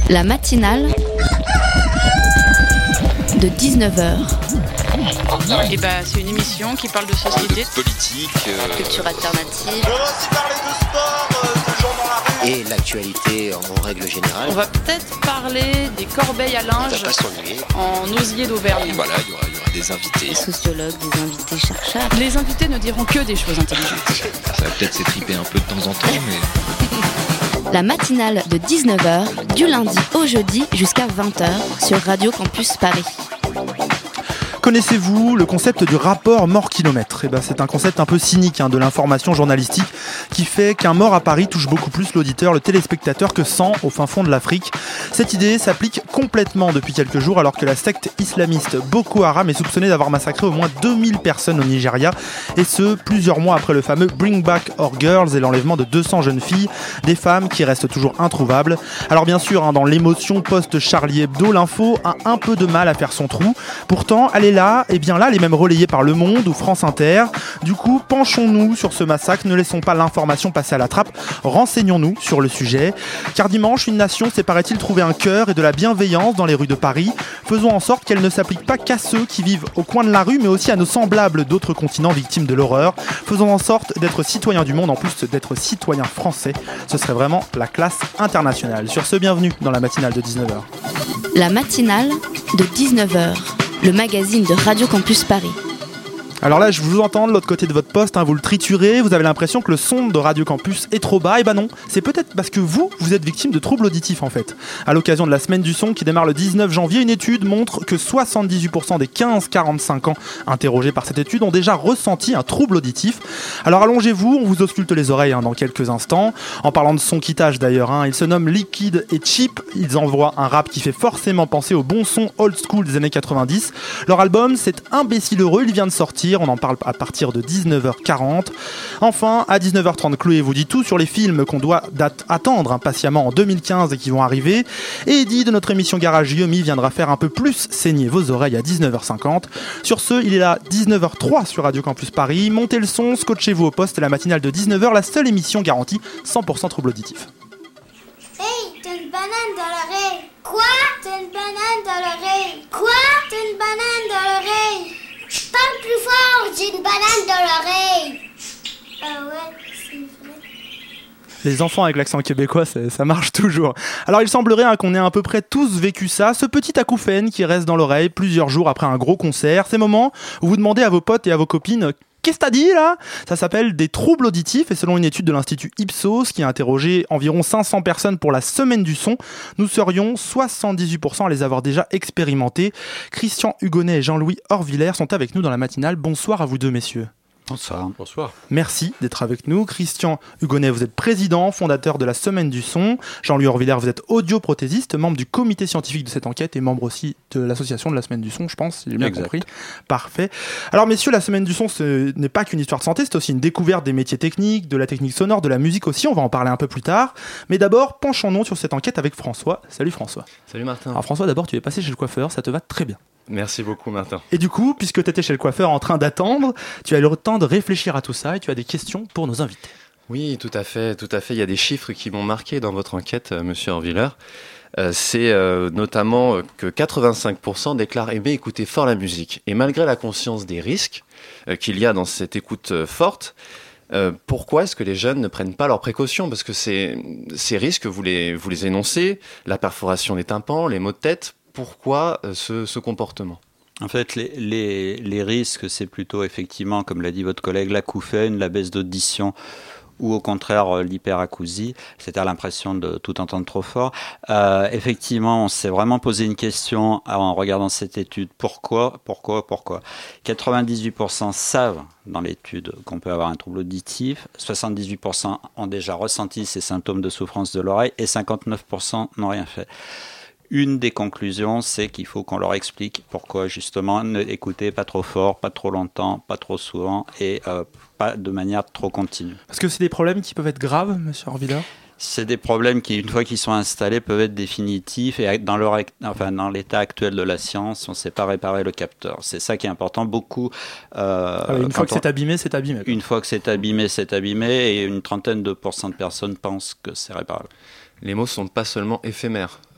La matinale de 19h. Et c'est une émission qui parle de société, de politique, culture alternative. On va aussi parler de sport, de gens dans la rue. Et l'actualité en règle générale. On va peut-être parler des corbeilles à linge On va pas s'ennuyer. en osier d'Auvergne. Voilà, il y aura des invités. Des sociologues, des invités chercheurs. Les invités ne diront que des choses intelligentes. Ça va peut-être s'étriper un peu de temps en temps, mais... La matinale de 19h, du lundi au jeudi jusqu'à 20h sur Radio Campus Paris. Connaissez-vous le concept du rapport mort-kilomètre ? C'est un concept un peu cynique de l'information journalistique qui fait qu'un mort à Paris touche beaucoup plus l'auditeur, le téléspectateur que 100 au fin fond de l'Afrique. Cette idée s'applique complètement depuis quelques jours alors que la secte islamiste Boko Haram est soupçonnée d'avoir massacré au moins 2000 personnes au Nigeria, et ce, plusieurs mois après le fameux Bring Back Our Girls et l'enlèvement de 200 jeunes filles, des femmes qui restent toujours introuvables. Alors bien sûr, dans l'émotion post-Charlie Hebdo, l'info a un peu de mal à faire son trou. Pourtant, elle est là, et bien là, elle est même relayée par Le Monde ou France Inter. Du coup, penchons-nous sur ce massacre, ne laissons pas l'information passer à la trappe, renseignons-nous sur le sujet. Car dimanche, une nation s'est, paraît-il, trouvé un cœur et de la bienveillance dans les rues de Paris. Faisons en sorte qu'elle ne s'applique pas qu'à ceux qui vivent au coin de la rue, mais aussi à nos semblables d'autres continents victimes de l'horreur. Faisons en sorte d'être citoyens du monde, en plus d'être citoyens français. Ce serait vraiment la classe internationale. Sur ce, bienvenue dans la matinale de 19h. La matinale de 19h. Le magazine de Radio Campus Paris. Alors là, je vous entends de l'autre côté de votre poste, vous le triturez, vous avez l'impression que le son de Radio Campus est trop bas. Et non, c'est peut-être parce que vous êtes victime de troubles auditifs en fait. À l'occasion de la semaine du son qui démarre le 19 janvier, une étude montre que 78% des 15-45 ans interrogés par cette étude ont déjà ressenti un trouble auditif. Alors allongez-vous, on vous ausculte les oreilles dans quelques instants. En parlant de son quittage d'ailleurs, ils se nomment Liquid et Cheap, ils envoient un rap qui fait forcément penser au bon son old school des années 90. Leur album, c'est Imbécile Heureux, il vient de sortir. On en parle à partir de 19h40. Enfin, à 19h30, Chloé vous dit tout sur les films qu'on doit attendre impatiemment en 2015 et qui vont arriver. Et Eddie de notre émission Garage Yomi viendra faire un peu plus saigner vos oreilles à 19h50. Sur ce, il est là 19h03 sur Radio Campus Paris. Montez le son, scotchez-vous au poste, la matinale de 19h, la seule émission garantie 100% trouble auditif. Hey, t'as une banane dans l'oreille. Quoi? T'as une banane dans l'oreille. Quoi? T'as une banane dans l'oreille. Parle plus fort, j'ai une banane dans l'oreille. Ah ouais, c'est vrai. Les enfants avec l'accent québécois, ça marche toujours. Alors il semblerait qu'on ait à peu près tous vécu ça, ce petit acouphène qui reste dans l'oreille plusieurs jours après un gros concert. Ces moments où vous demandez à vos potes et à vos copines: qu'est-ce que t'as dit là ? Ça s'appelle des troubles auditifs, et selon une étude de l'Institut Ipsos qui a interrogé environ 500 personnes pour la semaine du son, nous serions 78% à les avoir déjà expérimentés. Christian Hugonnet et Jean-Louis Horvillers sont avec nous dans la matinale. Bonsoir à vous deux messieurs. Bonsoir. Bonsoir. Merci d'être avec nous. Christian Hugonnet, vous êtes président, fondateur de la Semaine du Son. Jean-Louis Horvillers, vous êtes audioprothésiste, membre du comité scientifique de cette enquête et membre aussi de l'association de la Semaine du Son, je pense, si j'ai bien compris. Parfait. Alors messieurs, la Semaine du Son, ce n'est pas qu'une histoire de santé, c'est aussi une découverte des métiers techniques, de la technique sonore, de la musique aussi, on va en parler un peu plus tard. Mais d'abord, penchons-nous sur cette enquête avec François. Salut François. Salut Martin. Alors François, d'abord, tu es passé chez le coiffeur, ça te va très bien. Merci beaucoup Martin. Et du coup, puisque tu étais chez le coiffeur en train d'attendre, tu as eu le temps de réfléchir à tout ça et tu as des questions pour nos invités. Oui, tout à fait. Il y a des chiffres qui m'ont marqué dans votre enquête, monsieur Horvillers. C'est notamment que 85% déclarent aimer écouter fort la musique. Et malgré la conscience des risques qu'il y a dans cette écoute forte, pourquoi est-ce que les jeunes ne prennent pas leurs précautions ? Parce que ces risques, vous les énoncez, la perforation des tympans, les maux de tête. Pourquoi ce comportement ? En fait, les risques, c'est plutôt effectivement, comme l'a dit votre collègue, l'acouphène, la baisse d'audition ou au contraire l'hyperacousie, c'est-à-dire l'impression de tout entendre trop fort. Effectivement, on s'est vraiment posé une question en regardant cette étude. Pourquoi ? 98% savent dans l'étude qu'on peut avoir un trouble auditif, 78% ont déjà ressenti ces symptômes de souffrance de l'oreille et 59% n'ont rien fait. Une des conclusions, c'est qu'il faut qu'on leur explique pourquoi justement ne écouter pas trop fort, pas trop longtemps, pas trop souvent et pas de manière trop continue. Parce que c'est des problèmes qui peuvent être graves, monsieur Horvillers ? C'est des problèmes qui, une fois qu'ils sont installés, peuvent être définitifs et dans l'état actuel de la science, on ne sait pas réparer le capteur. C'est ça qui est important. Beaucoup. Une fois que c'est abîmé, c'est abîmé. Une fois que c'est abîmé, c'est abîmé et une trentaine de personnes pensent que c'est réparable. Les mots ne sont pas seulement éphémères.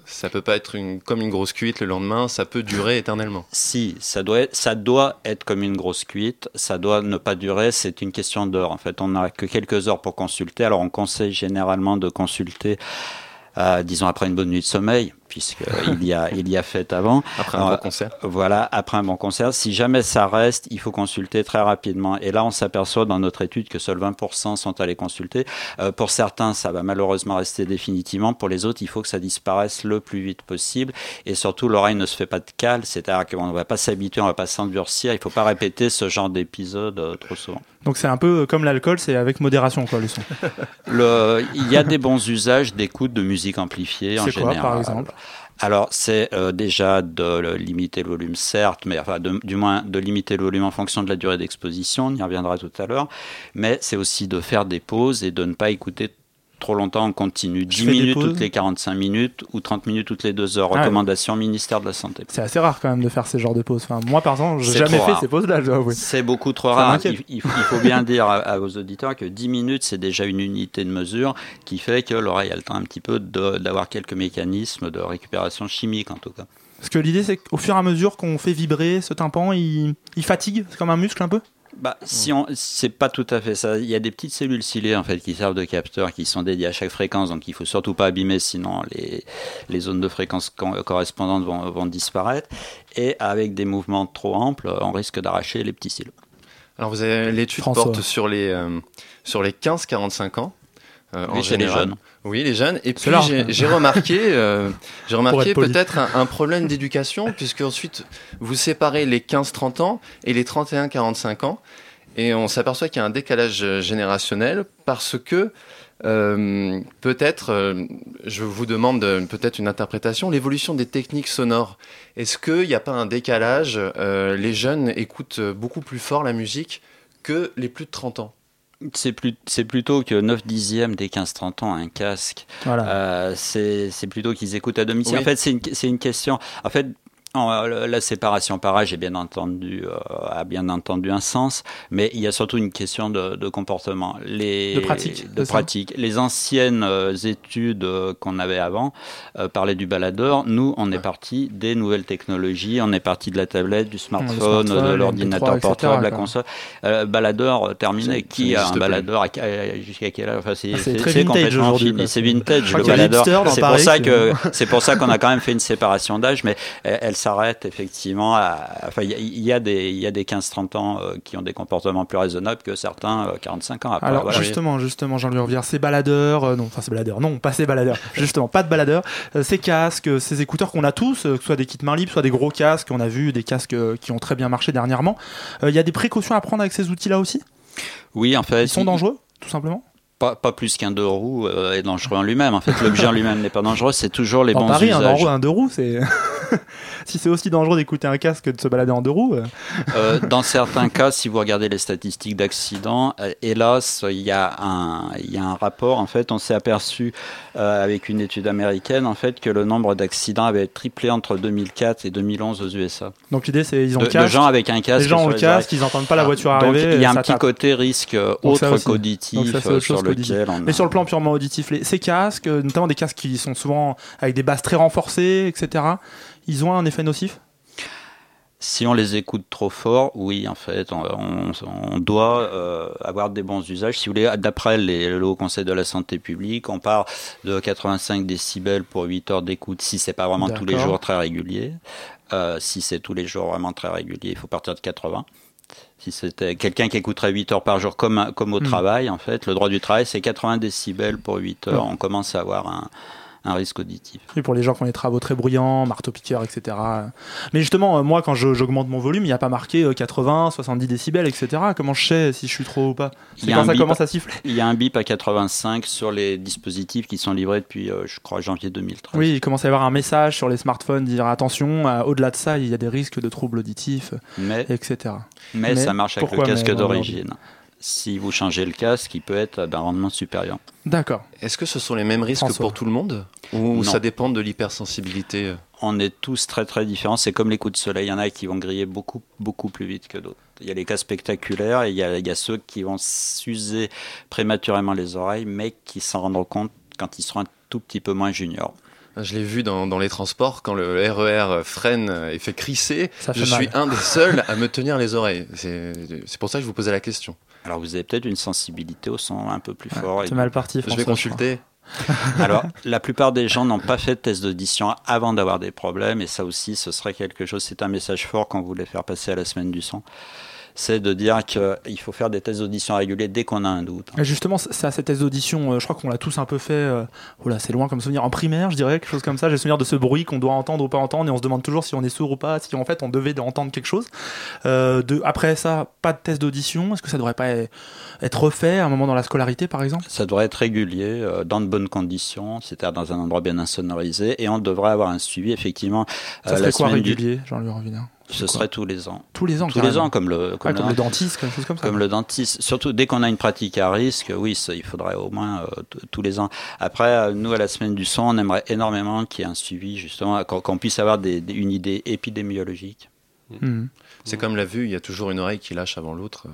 Ça peut pas être comme une grosse cuite le lendemain, ça peut durer éternellement. Si, ça doit être comme une grosse cuite, ça doit ne pas durer, c'est une question d'heures. En fait, on n'a que quelques heures pour consulter, alors on conseille généralement de consulter, disons après une bonne nuit de sommeil, puisqu'il y a fête avant. Après un bon concert. Voilà, après un bon concert. Si jamais ça reste, il faut consulter très rapidement. Et là, on s'aperçoit dans notre étude que seuls 20% sont allés consulter. Pour certains, ça va malheureusement rester définitivement. Pour les autres, il faut que ça disparaisse le plus vite possible. Et surtout, l'oreille ne se fait pas de cale, c'est-à-dire qu'on ne va pas s'habituer, on ne va pas s'endurcir. Il ne faut pas répéter ce genre d'épisode trop souvent. Donc c'est un peu comme l'alcool, c'est avec modération quoi, le son. Il y a des bons usages d'écoute de musique amplifiée en général. C'est quoi par exemple ? Alors, c'est déjà de limiter le volume, certes, mais enfin, du moins de limiter le volume en fonction de la durée d'exposition, on y reviendra tout à l'heure, mais c'est aussi de faire des pauses et de ne pas écouter trop longtemps en continu, 10 minutes toutes les 45 minutes ou 30 minutes toutes les 2 heures, recommandation ministère de la Santé. C'est assez rare quand même de faire ces genres de pauses. Enfin, moi, par exemple, j'ai jamais fait ces pauses-là, je dois avouer. C'est beaucoup trop rare. Il faut bien dire à vos auditeurs que 10 minutes, c'est déjà une unité de mesure qui fait que l'oreille a le temps un petit peu d'avoir quelques mécanismes de récupération chimique en tout cas. Parce que l'idée, c'est qu'au fur et à mesure qu'on fait vibrer ce tympan, il fatigue, c'est comme un muscle un peu ? C'est pas tout à fait ça. Il y a des petites cellules ciliées en fait qui servent de capteurs qui sont dédiées à chaque fréquence, donc il faut surtout pas abîmer, sinon les zones de fréquence correspondantes vont disparaître. Et avec des mouvements trop amples, on risque d'arracher les petits cils. Alors l'étude porte sur les 15-45 ans. En chez les jeunes. Oui, les jeunes. Et puis j'ai remarqué peut-être un problème d'éducation, puisque ensuite vous séparez les 15-30 ans et les 31-45 ans, et on s'aperçoit qu'il y a un décalage générationnel parce que peut-être, je vous demande peut-être une interprétation, l'évolution des techniques sonores. Est-ce qu'il n'y a pas un décalage ? Les jeunes écoutent beaucoup plus fort la musique que les plus de 30 ans. C'est plutôt que 9 dixièmes des 15-30 ans un casque. Voilà. C'est plutôt qu'ils écoutent à domicile. Oui. En fait, c'est une question. En fait, la séparation par âge a bien entendu un sens, mais il y a surtout une question de comportement. De pratique. Les anciennes études qu'on avait avant parlaient du baladeur. Nous, on est parti des nouvelles technologies. On est parti de la tablette, du smartphone, de l'ordinateur portable, la console. Baladeur terminé. Qui a un baladeur jusqu'à quel âge? Enfin, c'est complètement fini. C'est vintage le baladeur. C'est pour ça qu'on a quand même fait une séparation d'âge, mais elle s'arrête effectivement il y a des 15-30 ans qui ont des comportements plus raisonnables que certains 45 ans après. Alors voilà. justement Jean-Louis Rivière, ces baladeurs, pas ces baladeurs, justement pas de baladeurs, ces casques, ces écouteurs qu'on a tous, que ce soit des kits mains libres, soit des gros casques, on a vu des casques qui ont très bien marché dernièrement, il y a des précautions à prendre avec ces outils-là aussi ? Oui, en fait. Ils sont dangereux, tout simplement ? Pas plus qu'un deux roues est dangereux en lui-même. En fait, l'objet en lui-même n'est pas dangereux, c'est toujours les bons Paris, usages. Un deux roues, c'est... Si c'est aussi dangereux d'écouter un casque que de se balader en deux roues... Dans certains cas, si vous regardez les statistiques d'accidents, hélas, il y a un rapport. En fait, on s'est aperçu avec une étude américaine en fait, que le nombre d'accidents avait triplé entre 2004 et 2011 aux USA. Donc l'idée, c'est ils ont le casque. De gens avec un casque. Les gens ont le casque, ils n'entendent pas la voiture arriver. Donc il y a un petit côté risque autre qu'auditif sur lequel mais sur le plan purement auditif, ces casques, notamment des casques qui sont souvent avec des basses très renforcées, etc., ils ont un effet nocif ? Si on les écoute trop fort, oui, en fait, on doit avoir des bons usages. Si vous voulez, d'après le Haut Conseil de la Santé publique, on part de 85 décibels pour 8 heures d'écoute si c'est pas vraiment tous les jours très régulier. Si c'est tous les jours vraiment très régulier, il faut partir de 80. Si c'était quelqu'un qui écouterait 8 heures par jour comme au travail, en fait, le droit du travail, c'est 80 décibels pour 8 heures. On commence à avoir un risque auditif. Oui, pour les gens qui ont des travaux très bruyants, marteau-piqueur, etc. Mais justement, moi, quand j'augmente mon volume, il n'y a pas marqué 80, 70 décibels, etc. Comment je sais si je suis trop ou pas ? C'est quand ça commence à siffler. Il y a un bip à 85 sur les dispositifs qui sont livrés depuis, je crois, janvier 2013. Oui, il commence à y avoir un message sur les smartphones, dire attention, au-delà de ça, il y a des risques de troubles auditifs, etc. Mais ça marche avec le casque d'origine. Si vous changez le casque, il peut être d'un rendement supérieur. D'accord. Est-ce que ce sont les mêmes risques pour tout le monde ? Ou ça dépend de l'hypersensibilité ? On est tous très très différents. C'est comme les coups de soleil. Il y en a qui vont griller beaucoup, beaucoup plus vite que d'autres. Il y a les cas spectaculaires et il y a ceux qui vont s'user prématurément les oreilles, mais qui s'en rendront compte quand ils seront un tout petit peu moins juniors. Je l'ai vu dans les transports, quand le RER freine et fait crisser, je mal. suis un des seuls à me tenir les oreilles. C'est pour ça que je vous posais la question. Alors vous avez peut-être une sensibilité au son un peu plus fort. C'est mal parti, François. Je vais consulter. Alors, la plupart des gens n'ont pas fait de test d'audition avant d'avoir des problèmes, et ça aussi, ce serait quelque chose, c'est un message fort qu'on voulait faire passer à la semaine du son. C'est de dire qu'il faut faire des tests d'audition réguliers dès qu'on a un doute. Et justement, c'est à ces tests d'audition, je crois qu'on l'a tous un peu fait, c'est loin comme souvenir, en primaire, je dirais, quelque chose comme ça. J'ai le souvenir de ce bruit qu'on doit entendre ou pas entendre, et on se demande toujours si on est sourd ou pas, si en fait on devait entendre quelque chose. Après ça, pas de test d'audition, est-ce que ça devrait pas être refait à un moment dans la scolarité, par exemple ? Ça devrait être régulier, dans de bonnes conditions, c'est-à-dire dans un endroit bien insonorisé, et on devrait avoir un suivi, effectivement. Ça serait quoi régulier, Jean-Louis Rovinard ? Ce serait tous les ans. Tous les ans, tous les ans, comme le dentiste, quelque chose comme ça. Comme le dentiste. Surtout dès qu'on a une pratique à risque, oui, il faudrait au moins tous les ans. Après, nous, à la semaine du son, on aimerait énormément qu'il y ait un suivi, justement, qu'on puisse avoir une idée épidémiologique. Mmh. C'est comme la vue, il y a toujours une oreille qui lâche avant l'autre.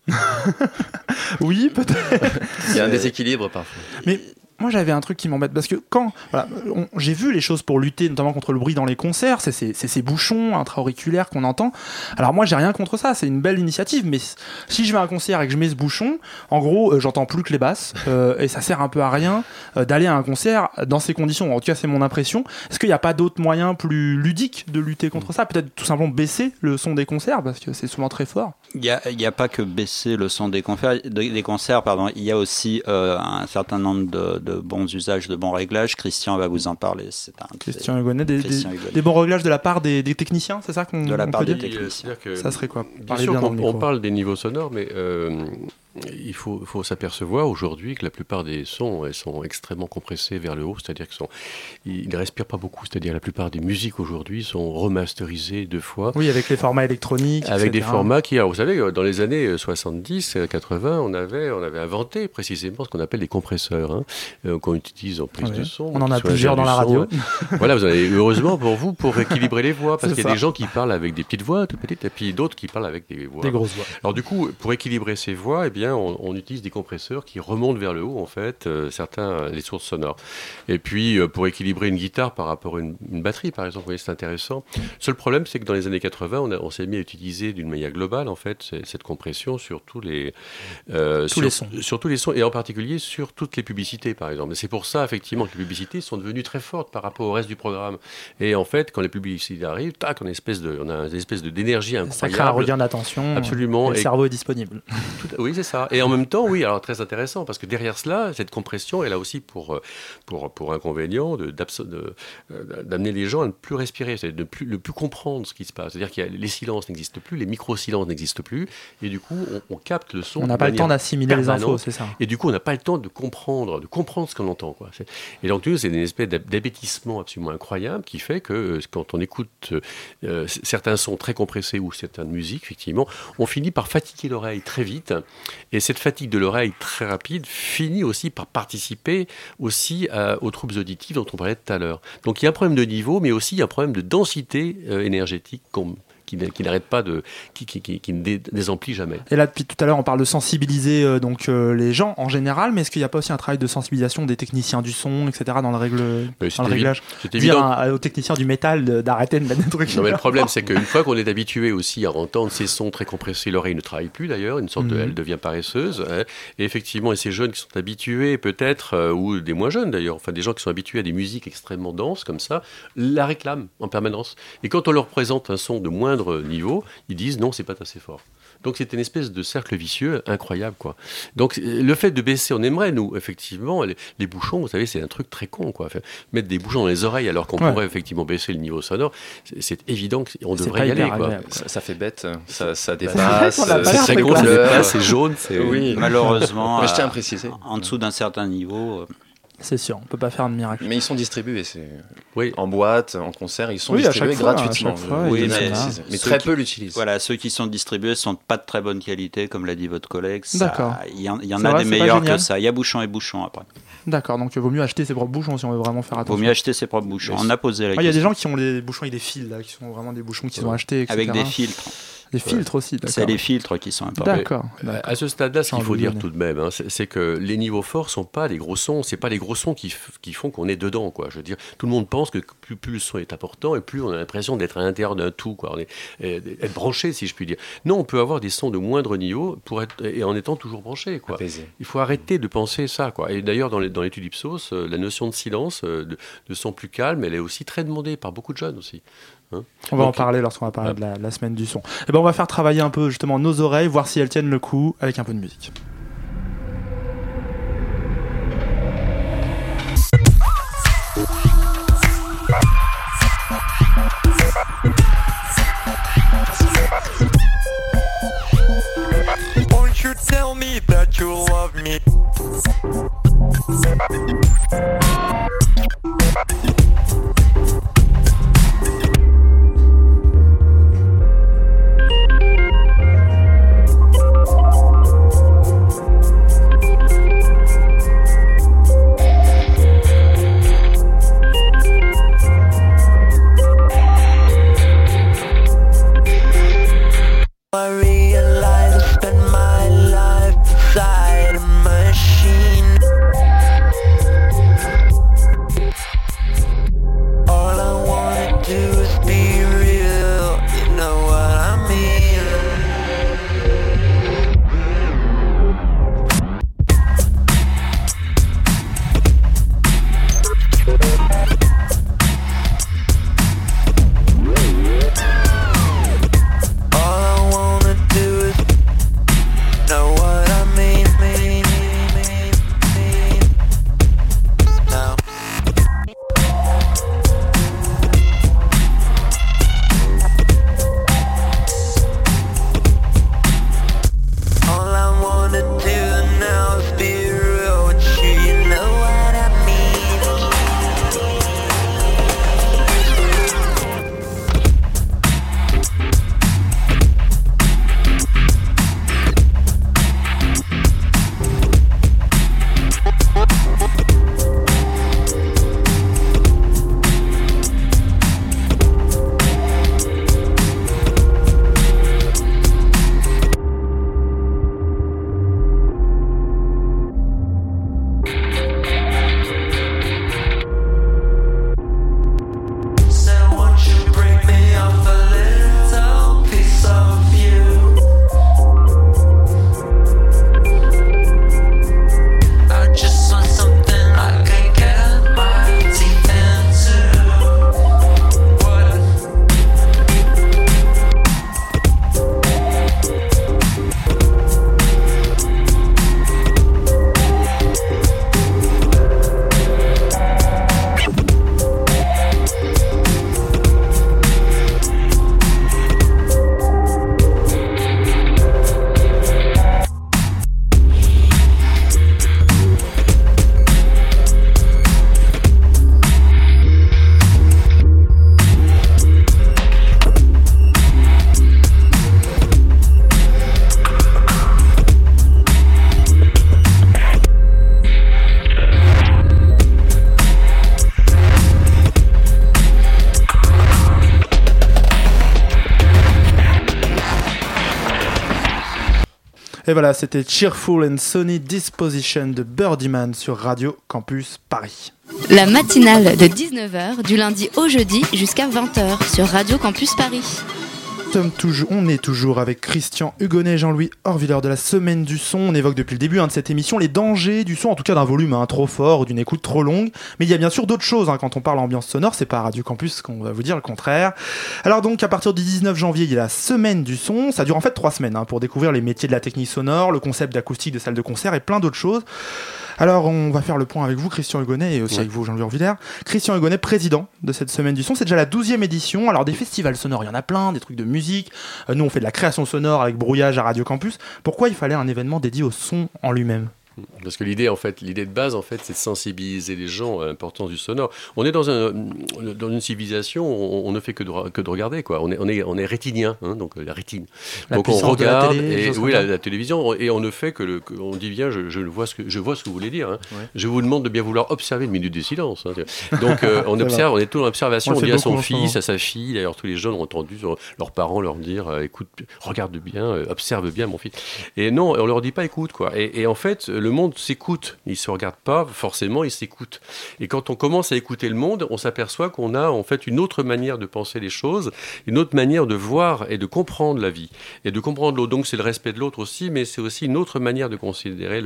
Oui, peut-être. Il y a un déséquilibre parfois. Mais moi, j'avais un truc qui m'embête parce que j'ai vu les choses pour lutter notamment contre le bruit dans les concerts, c'est ces bouchons intra-auriculaires qu'on entend. Alors moi, j'ai rien contre ça, c'est une belle initiative, mais si je vais à un concert et que je mets ce bouchon, en gros, j'entends plus que les basses et ça sert un peu à rien d'aller à un concert dans ces conditions. En tout cas, c'est mon impression. Est-ce qu'il n'y a pas d'autres moyens plus ludiques de lutter contre ça ? Peut-être tout simplement baisser le son des concerts parce que c'est souvent très fort. Il y a pas que baisser le son des concerts. Il y a aussi un certain nombre de bons usages, de bons réglages. Christian va vous en parler. Christian Hugonnet, des bons réglages de la part des techniciens, c'est ça qu'on de la part des techniciens. Ça serait quoi ? Bien sûr qu'on parle des niveaux sonores, mais il faut s'apercevoir aujourd'hui que la plupart des sons sont extrêmement compressés vers le haut, c'est-à-dire qu'ils ne respirent pas beaucoup. C'est-à-dire la plupart des musiques aujourd'hui sont remasterisées 2 fois. Oui, avec les formats électroniques. Avec etc. des formats qui, alors, vous savez, dans les années 70, 80, on avait inventé précisément ce qu'on appelle des compresseurs, qu'on utilise en prise de son. On en a plusieurs dans la radio. Voilà, vous en avez heureusement pour vous pour équilibrer les voix, parce qu'il y a des gens qui parlent avec des petites voix, toutes petites, et puis d'autres qui parlent avec des voix. Des grosses voix. Alors du coup, pour équilibrer ces voix, eh bien, on utilise des compresseurs qui remontent vers le haut, en fait, les sources sonores. Et puis, pour équilibrer une guitare par rapport à une batterie, par exemple, vous voyez, c'est intéressant. Le seul problème, c'est que dans les années 80, on s'est mis à utiliser d'une manière globale, en fait, cette compression sur tous les sons. Sur tous les sons, et en particulier sur toutes les publicités, par exemple. Et c'est pour ça, effectivement, que les publicités sont devenues très fortes par rapport au reste du programme. Et en fait, quand les publicités arrivent, tac, on a une espèce d'énergie incroyable. Ça crée un regain d'attention. Absolument. Et le cerveau est disponible. Oui, c'est ça. Et en même temps, oui, alors très intéressant, parce que derrière cela, cette compression, elle a aussi pour inconvénient d'amener les gens à ne plus respirer, c'est-à-dire de ne plus comprendre ce qui se passe. C'est-à-dire que les silences n'existent plus, les micro-silences n'existent plus, et du coup, on capte le son. On n'a pas le temps d'assimiler les infos, c'est ça. Et du coup, on n'a pas le temps de comprendre ce qu'on entend, quoi. Et donc, c'est une espèce d'abêtissement absolument incroyable qui fait que quand on écoute certains sons très compressés ou certaines musiques, effectivement, on finit par fatiguer l'oreille très vite. Et cette fatigue de l'oreille très rapide finit aussi par participer aussi aux troubles auditifs dont on parlait tout à l'heure. Donc il y a un problème de niveau, mais aussi un problème de densité énergétique qui n'arrête pas qui ne désemplit jamais. Et là, depuis tout à l'heure, on parle de sensibiliser les gens en général, mais est-ce qu'il n'y a pas aussi un travail de sensibilisation des techniciens du son, etc., dans le réglage ? C'est évident. Dire aux techniciens du métal d'arrêter de mettre des trucs. Non, mais le problème, c'est qu'une fois qu'on est habitué aussi à entendre ces sons très compressés, l'oreille ne travaille plus d'ailleurs, elle devient paresseuse. Et effectivement, et ces jeunes qui sont habitués peut-être, ou des moins jeunes d'ailleurs, enfin des gens qui sont habitués à des musiques extrêmement denses comme ça, la réclament en permanence. Et quand on leur présente un son de moindre niveau, ils disent non, c'est pas assez fort. Donc c'est une espèce de cercle vicieux incroyable, quoi. Donc le fait de baisser, on aimerait, nous, effectivement, les bouchons, vous savez, c'est un truc très con, quoi. Enfin, mettre des bouchons dans les oreilles alors qu'on pourrait effectivement baisser le niveau sonore, c'est évident qu'on devrait y aller, quoi. Ça fait bête, ça dépasse, c'est très con, ça dépasse, c'est jaune, oui, malheureusement, mais je tiens à préciser. En dessous d'un certain niveau... C'est sûr, on peut pas faire de miracle. Mais ils sont distribués, en boîte, en concert, ils sont distribués gratuitement. Mais très peu l'utilisent. Voilà, ceux qui sont distribués sont pas de très bonne qualité, comme l'a dit votre collègue. D'accord. Il y en a des meilleurs que ça. Il y a bouchon et bouchon après. D'accord, donc il vaut mieux acheter ses propres bouchons si on veut vraiment faire attention. Vaut mieux acheter ses propres bouchons. On a posé la question. Il y a des gens qui ont les bouchons avec des fils, là, qui sont vraiment des bouchons qui sont achetés, etc. Avec des filtres. Les filtres aussi, d'accord. C'est les filtres qui sont importants. D'accord. À ce stade-là, ce qu'il faut dire tout de même, c'est que les niveaux forts sont pas les gros sons. C'est pas les gros sons qui font qu'on est dedans, quoi. Je veux dire, tout le monde pense que plus le son est important et plus on a l'impression d'être à l'intérieur d'un tout, quoi. Être branché, si je puis dire. Non, on peut avoir des sons de moindre niveau et en étant toujours branché, quoi. Apaisé. Il faut arrêter de penser ça, quoi. Et d'ailleurs, dans l'étude Ipsos, la notion de silence, de son plus calme, elle est aussi très demandée par beaucoup de jeunes aussi. On va en parler lorsqu'on va parler de la semaine du son. Et ben on va faire travailler un peu justement nos oreilles, voir si elles tiennent le coup avec un peu de musique. Won't you tell me that you love me? I realize I spent my life inside a machine. All I wanna do is be real, you know what I mean. All I wanna do is know what I mean. Now. All I wanna do now is be real with you, you know what I mean. So won't you break me off a little piece of you? I just want something I can get my teeth into. What? Et voilà, c'était Cheerful and Sunny Disposition de Birdieman sur Radio Campus Paris. La matinale de 19h du lundi au jeudi jusqu'à 20h sur Radio Campus Paris. On est toujours avec Christian Hugonnet et Jean-Louis Horviller de la Semaine du Son. On évoque depuis le début de cette émission les dangers du son, en tout cas d'un volume trop fort ou d'une écoute trop longue. Mais il y a bien sûr d'autres choses quand on parle ambiance sonore, c'est pas à Radio Campus qu'on va vous dire le contraire. Alors donc à partir du 19 janvier, il y a la Semaine du Son. Ça dure en fait 3 semaines pour découvrir les métiers de la technique sonore, le concept d'acoustique de salle de concert et plein d'autres choses. Alors on va faire le point avec vous Christian Hugonnet et aussi avec vous Jean-Louis Horviller. Christian Hugonnet, président de cette Semaine du Son, c'est déjà la 12e édition. Alors des festivals sonores, il y en a plein, des trucs de musique. Nous on fait de la création sonore avec Brouillage à Radio Campus. Pourquoi il fallait un événement dédié au son en lui-même ? Parce que l'idée de base, en fait, c'est de sensibiliser les gens à l'importance du sonore. On est dans une civilisation où on ne fait que de regarder, quoi. On est rétinien, hein, donc la rétine. Donc on regarde, la télévision, et on ne fait on dit bien, je vois ce que vous voulez dire. Hein. Ouais. Je vous demande de bien vouloir observer une minute de silence. Hein. Donc on observe, on est tout dans l'observation. On dit à son fils, à sa fille. D'ailleurs, tous les jeunes ont entendu leurs parents leur dire, écoute, regarde bien, observe bien, mon fils. Et non, on leur dit pas, écoute, quoi. Et en fait, le monde s'écoute, il ne se regarde pas, forcément il s'écoute. Et quand on commence à écouter le monde, on s'aperçoit qu'on a en fait une autre manière de penser les choses, une autre manière de voir et de comprendre la vie, et de comprendre l'autre. Donc c'est le respect de l'autre aussi, mais c'est aussi une autre manière de considérer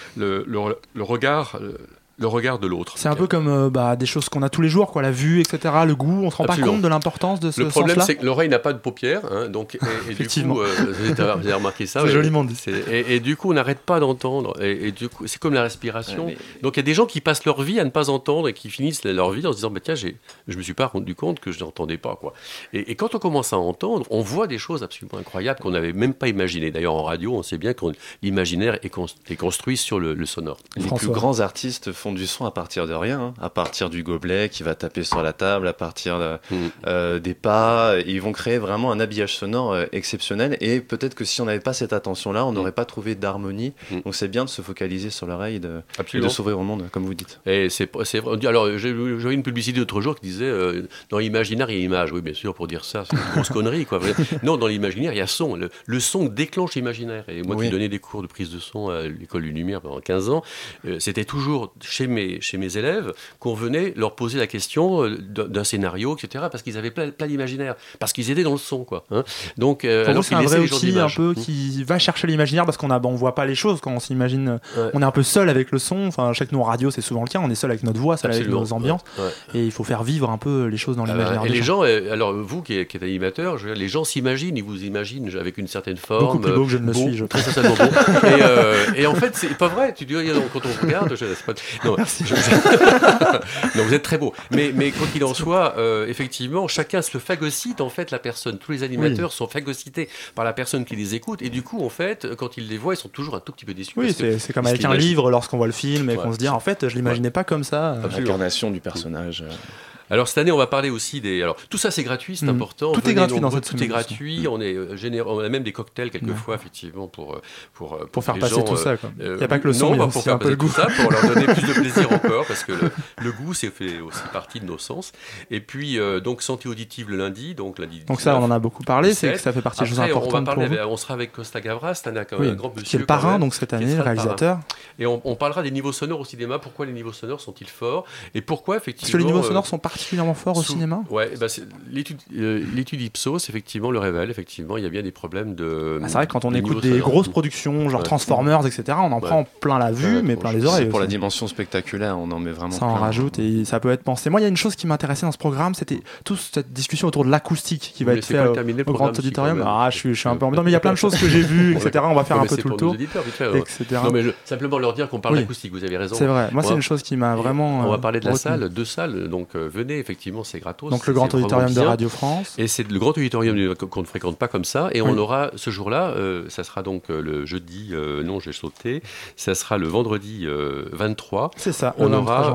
le regard de l'autre. C'est un peu comme des choses qu'on a tous les jours, quoi, la vue, etc., le goût, on ne se rend pas compte de l'importance de ce sens-là. Le problème, c'est que l'oreille n'a pas de paupières, hein, donc, et du coup, vous avez remarqué ça. C'est joliment dit. Et du coup, on n'arrête pas d'entendre, et du coup, c'est comme la respiration. Ouais, donc il y a des gens qui passent leur vie à ne pas entendre, et qui finissent leur vie en se disant, tiens, je ne me suis pas rendu compte que je n'entendais pas, quoi. Et quand on commence à entendre, on voit des choses absolument incroyables qu'on n'avait même pas imaginées. D'ailleurs, en radio, on sait bien que l'imaginaire est construit sur le sonore. Les plus grands artistes font du son à partir de rien, hein, à partir du gobelet qui va taper sur la table, à partir des pas. Ils vont créer vraiment un habillage sonore exceptionnel, et peut-être que si on n'avait pas cette attention-là, on n'aurait pas trouvé d'harmonie. Donc c'est bien de se focaliser sur l'oreille et de s'ouvrir au monde, comme vous dites. Et alors, j'ai vu une publicité l'autre jour qui disait dans l'imaginaire, il y a image. Oui, bien sûr, pour dire ça, c'est une grosse connerie, quoi. Non, dans l'imaginaire, il y a son. Le son déclenche l'imaginaire. Et moi qui donnais des cours de prise de son à l'École du Lumière pendant 15 ans, c'était toujours chez mes élèves qu'on venait leur poser la question d'un scénario, etc., parce qu'ils avaient plein d'imaginaire, parce qu'ils étaient dans le son, quoi. Hein. Donc, pour vous, c'est un vrai outil un peu qui va chercher l'imaginaire, parce qu'on voit pas les choses quand on s'imagine. On est un peu seul avec le son. Enfin, je sais que nous en radio, c'est souvent le cas. On est seul avec notre voix, seul avec nos ambiances, et il faut faire vivre un peu les choses dans l'imaginaire. Et les gens, alors vous qui êtes animateur, les gens s'imaginent, ils vous imaginent avec une certaine forme. Beaucoup plus beau que je ne le suis, je très certainement beau. Et en fait, c'est pas vrai. Tu dis, quand on regarde, non, merci. Non, vous êtes très beau. Mais quoi qu'il en soit, effectivement, chacun se le phagocyte, en fait, la personne. Tous les animateurs sont phagocytés par la personne qui les écoute. Et du coup, en fait, quand ils les voient, ils sont toujours un tout petit peu déçus. Oui, c'est comme avec un livre, lorsqu'on voit le film et qu'on se dit, en fait, je l'imaginais pas comme ça. L'incarnation du personnage. Alors cette année, on va parler aussi alors tout ça c'est gratuit, c'est important. Tout est gratuit dans cette Tout est gratuit. On a même des cocktails quelquefois, effectivement, pour faire passer gens, tout ça. Il n'y a pas que le son, il y a aussi un peu le goût. Ça, pour leur donner plus de plaisir encore, parce que le goût, c'est fait aussi partie de nos sens. Et puis donc santé auditive le lundi, donc lundi. Donc ça, on en a beaucoup parlé, c'est que ça fait partie des choses importantes pour vous. On sera avec Costa Gavras, un grand monsieur qui est le parrain, donc cette année, le réalisateur. Et on parlera des niveaux sonores au cinéma. Pourquoi les niveaux sonores sont-ils forts et pourquoi effectivement. Parce que les niveaux sonores sont particulièrement forts au cinéma. Ouais, l'étude Ipsos effectivement le révèle. Effectivement, il y a bien des problèmes de. C'est vrai que quand on écoute des grosses productions, genre Transformers, etc., on en prend plein la vue, mais plein les oreilles. Pour la dimension spectaculaire, on en met vraiment. Ça en rajoute et ça peut être pensé. Moi, il y a une chose qui m'intéressait dans ce programme, c'était toute cette discussion autour de l'acoustique qui va être faite au grand auditorium. Je suis un peu embêtant, mais il y a plein de choses que j'ai vues, etc. On va faire un peu tout le tour, etc. Non, mais simplement leur dire qu'on parle d'acoustique. Vous avez raison. C'est vrai. Moi, c'est une chose qui m'a vraiment. On va parler de la salle, 2 salles. Donc venez, effectivement, c'est gratos. Donc le grand auditorium de Radio France. Et c'est le grand auditorium qu'on ne fréquente pas comme ça. Et on aura ce jour-là, ça sera donc le jeudi, non j'ai sauté, ça sera le vendredi 23. C'est ça. On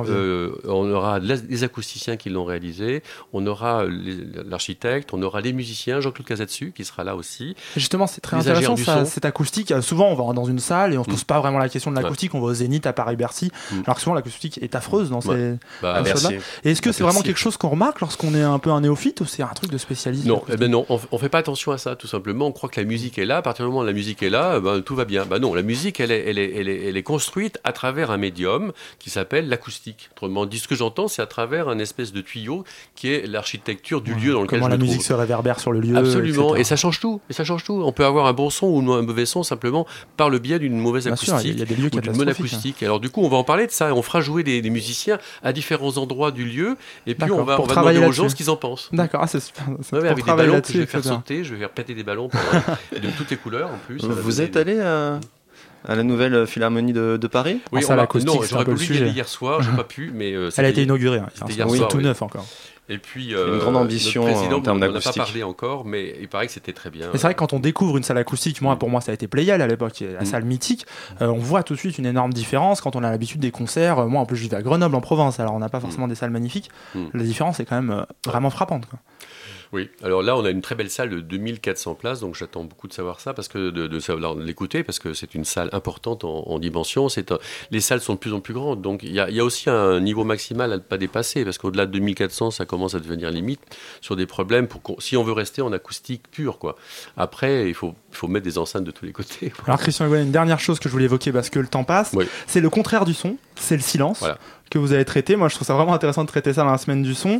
aura les acousticiens qui l'ont réalisé, on aura l'architecte, on aura les musiciens, Jean-Claude Casatsu qui sera là aussi. Et justement, c'est très intéressant cette acoustique. Souvent, on va dans une salle et on ne se pose pas vraiment la question de l'acoustique. On va au Zénith à Paris-Bercy. Alors que souvent, l'acoustique est affreuse dans ces choses-là. Et est-ce que c'est vraiment quelque chose qu'on remarque lorsqu'on est un peu un néophyte ou c'est un truc de spécialiste? Non, on fait pas attention à ça, tout simplement. On croit que la musique est là. À partir du moment où la musique est là, tout va bien. Non, la musique, elle est construite à travers un médium qui s'appelle l'acoustique. Autrement dit, ce que j'entends, c'est à travers un espèce de tuyau qui est l'architecture du lieu dans lequel je me trouve. Comment la musique se réverbère sur le lieu. Absolument, etc. et ça change tout. On peut avoir un bon son ou un mauvais son simplement par le biais d'une mauvaise acoustique. Il y a des lieux ou d'une bonne acoustique. Alors du coup, on va en parler de ça. On fera jouer des musiciens à différents endroits du lieu et puis on va demander aux gens ce qu'ils en pensent. D'accord, c'est super. Avec des ballons que je vais faire sauter, je vais faire péter des ballons de toutes les couleurs en plus. Vous êtes allé à la nouvelle Philharmonie de Paris? Oui, j'aurais voulu y aller hier soir, j'ai pas pu, mais elle a été inaugurée. C'était hier soir, tout neuf encore. Et puis, une grande ambition notre président, en termes on n'en a pas d'acoustique. parlé encore, mais il paraît que c'était très bien. Mais c'est vrai que quand on découvre une salle acoustique, pour moi ça a été Playel à l'époque, qui est la salle mythique, on voit tout de suite une énorme différence quand on a l'habitude des concerts. Moi en plus je vivais à Grenoble en Provence, alors on n'a pas forcément des salles magnifiques. La différence est quand même vraiment frappante, quoi. Oui, alors là, on a une très belle salle de 2400 places, donc j'attends beaucoup de savoir ça, parce que de l'écouter, parce que c'est une salle importante en dimension. Les salles sont de plus en plus grandes, donc il y a aussi un niveau maximal à ne pas dépasser, parce qu'au-delà de 2400, ça commence à devenir limite sur des problèmes, si on veut rester en acoustique pure, quoi. Après, il faut mettre des enceintes de tous les côtés. Alors Christian Hugonnet, une dernière chose que je voulais évoquer, parce que le temps passe, c'est le contraire du son, c'est le silence, que vous avez traité. Moi je trouve ça vraiment intéressant de traiter ça dans la semaine du son.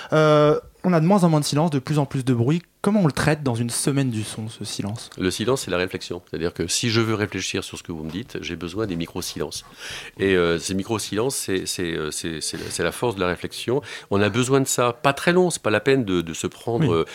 On a de moins en moins de silence, de plus en plus de bruit. Comment on le traite dans une semaine du son, ce silence ? Le silence, c'est la réflexion. C'est-à-dire que si je veux réfléchir sur ce que vous me dites, j'ai besoin des micro-silences. Et ces micro-silences, c'est la force de la réflexion. On a besoin de ça. Pas très long, c'est pas la peine de se prendre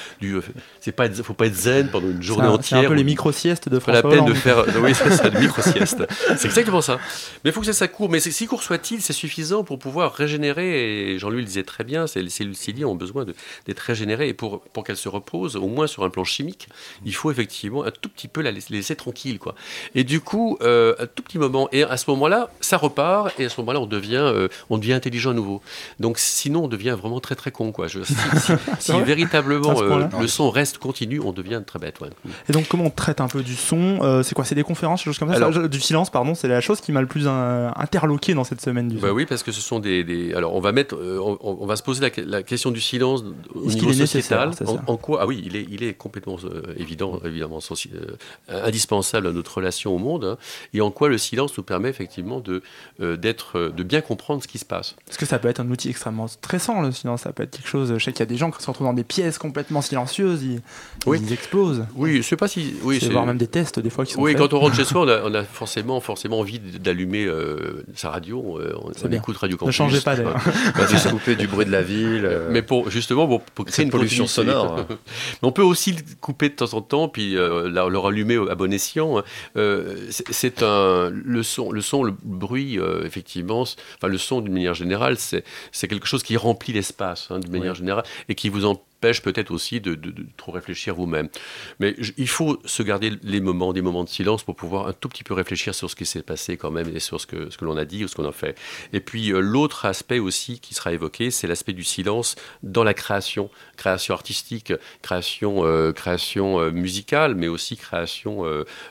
faut pas être zen pendant une journée entière. C'est un peu les micro-siestes de François Hollande. Pas la peine de faire... Oui, c'est ça, de micro-siestes. C'est exactement ça. Mais il faut que ça court. Mais si court soit-il, c'est suffisant pour pouvoir régénérer. Et Jean-Louis le disait très bien, les cellules ciliées ont besoin d'être régénérées. Et pour qu'elles se reposent, au moins sur un plan chimique, il faut effectivement un tout petit peu la laisser tranquille, quoi. Et du coup, un tout petit moment, et à ce moment-là, ça repart, et à ce moment-là, on devient intelligent à nouveau. Donc sinon, on devient vraiment très très con, quoi. Si véritablement le son reste continu, on devient très bête. Ouais. Et donc, comment on traite un peu du son ? C'est quoi ? C'est des conférences, des choses comme ça ? Alors, du silence, pardon, c'est la chose qui m'a le plus interloqué dans cette semaine du son. Oui, parce que ce sont alors, on va se poser la question du silence au niveau sociétal. En quoi ? Ah oui, il est complètement évidemment indispensable à notre relation au monde, hein, et en quoi le silence nous permet effectivement de bien comprendre ce qui se passe. Parce que ça peut être un outil extrêmement stressant, le silence. Ça peut être quelque chose. Je sais qu'il y a des gens qui se retrouvent dans des pièces complètement silencieuses, ils explosent. Oui, je sais pas si. Oui, c'est voire même des tests des fois qui sont faits. faits. Quand on rentre chez soi, on a forcément envie d'allumer sa radio. On écoute Radio Campus. Ne changez pas d'ailleurs. De se couper du bruit de la ville. Mais pour créer une pollution sonore. Mais on peut aussi le couper de temps en temps, puis le rallumer à bon escient. C'est le son, le bruit, effectivement. Enfin, le son d'une manière générale, c'est quelque chose qui remplit l'espace, hein, d'une manière générale, et qui vous empêche peut-être aussi de trop réfléchir vous-même. Mais il faut se garder des moments de silence pour pouvoir un tout petit peu réfléchir sur ce qui s'est passé quand même, et sur ce que l'on a dit ou ce qu'on a fait. Et puis l'autre aspect aussi qui sera évoqué, c'est l'aspect du silence dans la création artistique, création musicale, mais aussi création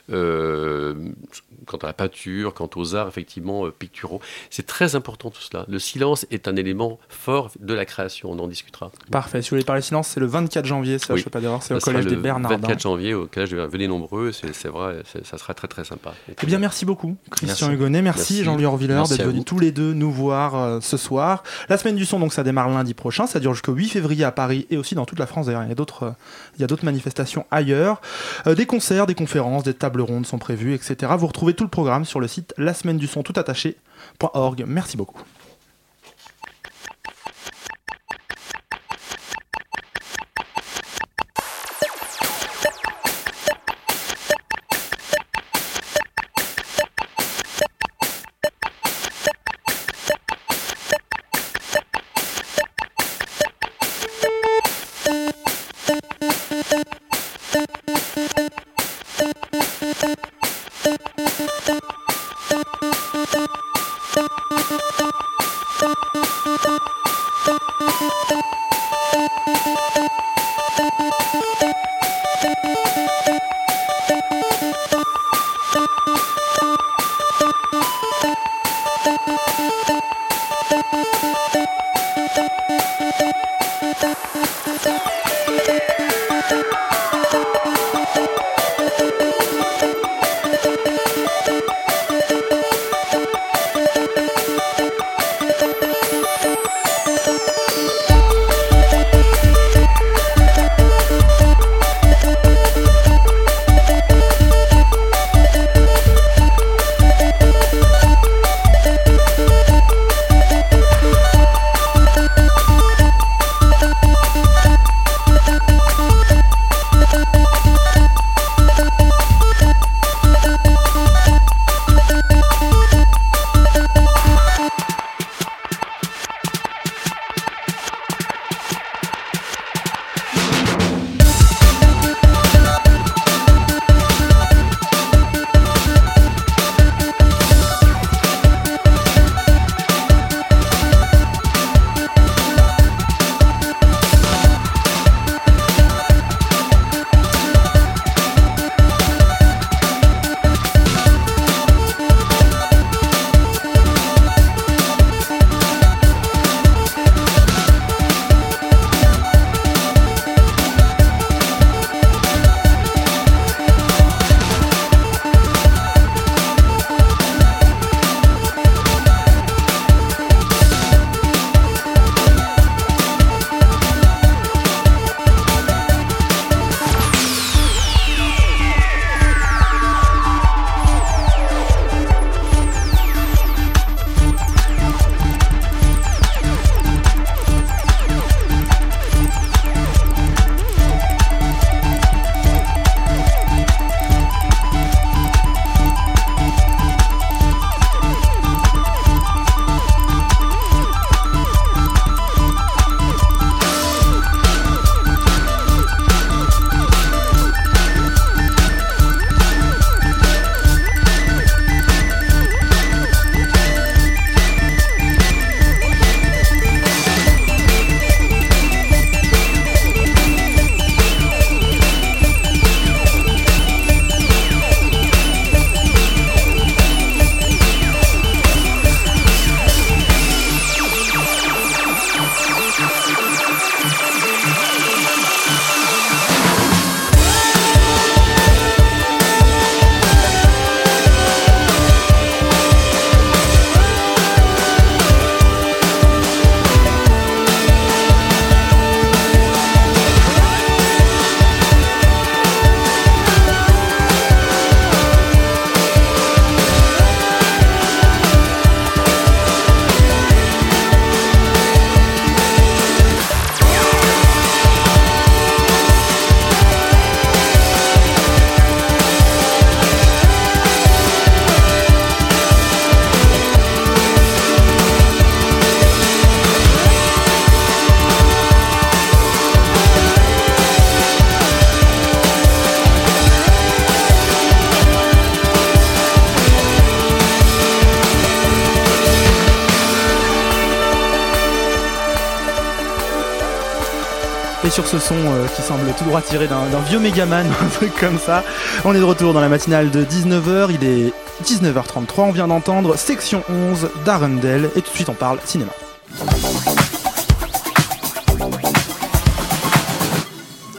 quant à la peinture, quant aux arts effectivement picturaux. C'est très important tout cela. Le silence est un élément fort de la création, on en discutera. Parfait. Si vous voulez parler silence, c'est le 24 janvier, ça, je ne fais pas d'erreur, c'est au Collège des Bernardins. Le 24 janvier au Collège des Bernardins. Venez nombreux, c'est vrai, ça sera très très sympa. Eh bien, merci beaucoup, Christian Hugonnet. Merci Jean-Louis Horviller d'être venus tous les deux nous voir ce soir. La semaine du son, donc, ça démarre lundi prochain, ça dure jusqu'au 8 février à Paris et aussi dans toute la France. D'ailleurs, il y a d'autres manifestations ailleurs. Des concerts, des conférences, des tables rondes sont prévues, etc. Vous retrouvez tout le programme sur le site lasemainedusson.org. Merci beaucoup. Et sur ce son qui semble tout droit tiré d'un vieux Megaman, un truc comme ça, on est de retour dans la matinale de 19h, il est 19h33, on vient d'entendre Section 11 d'Arundel, et tout de suite on parle cinéma.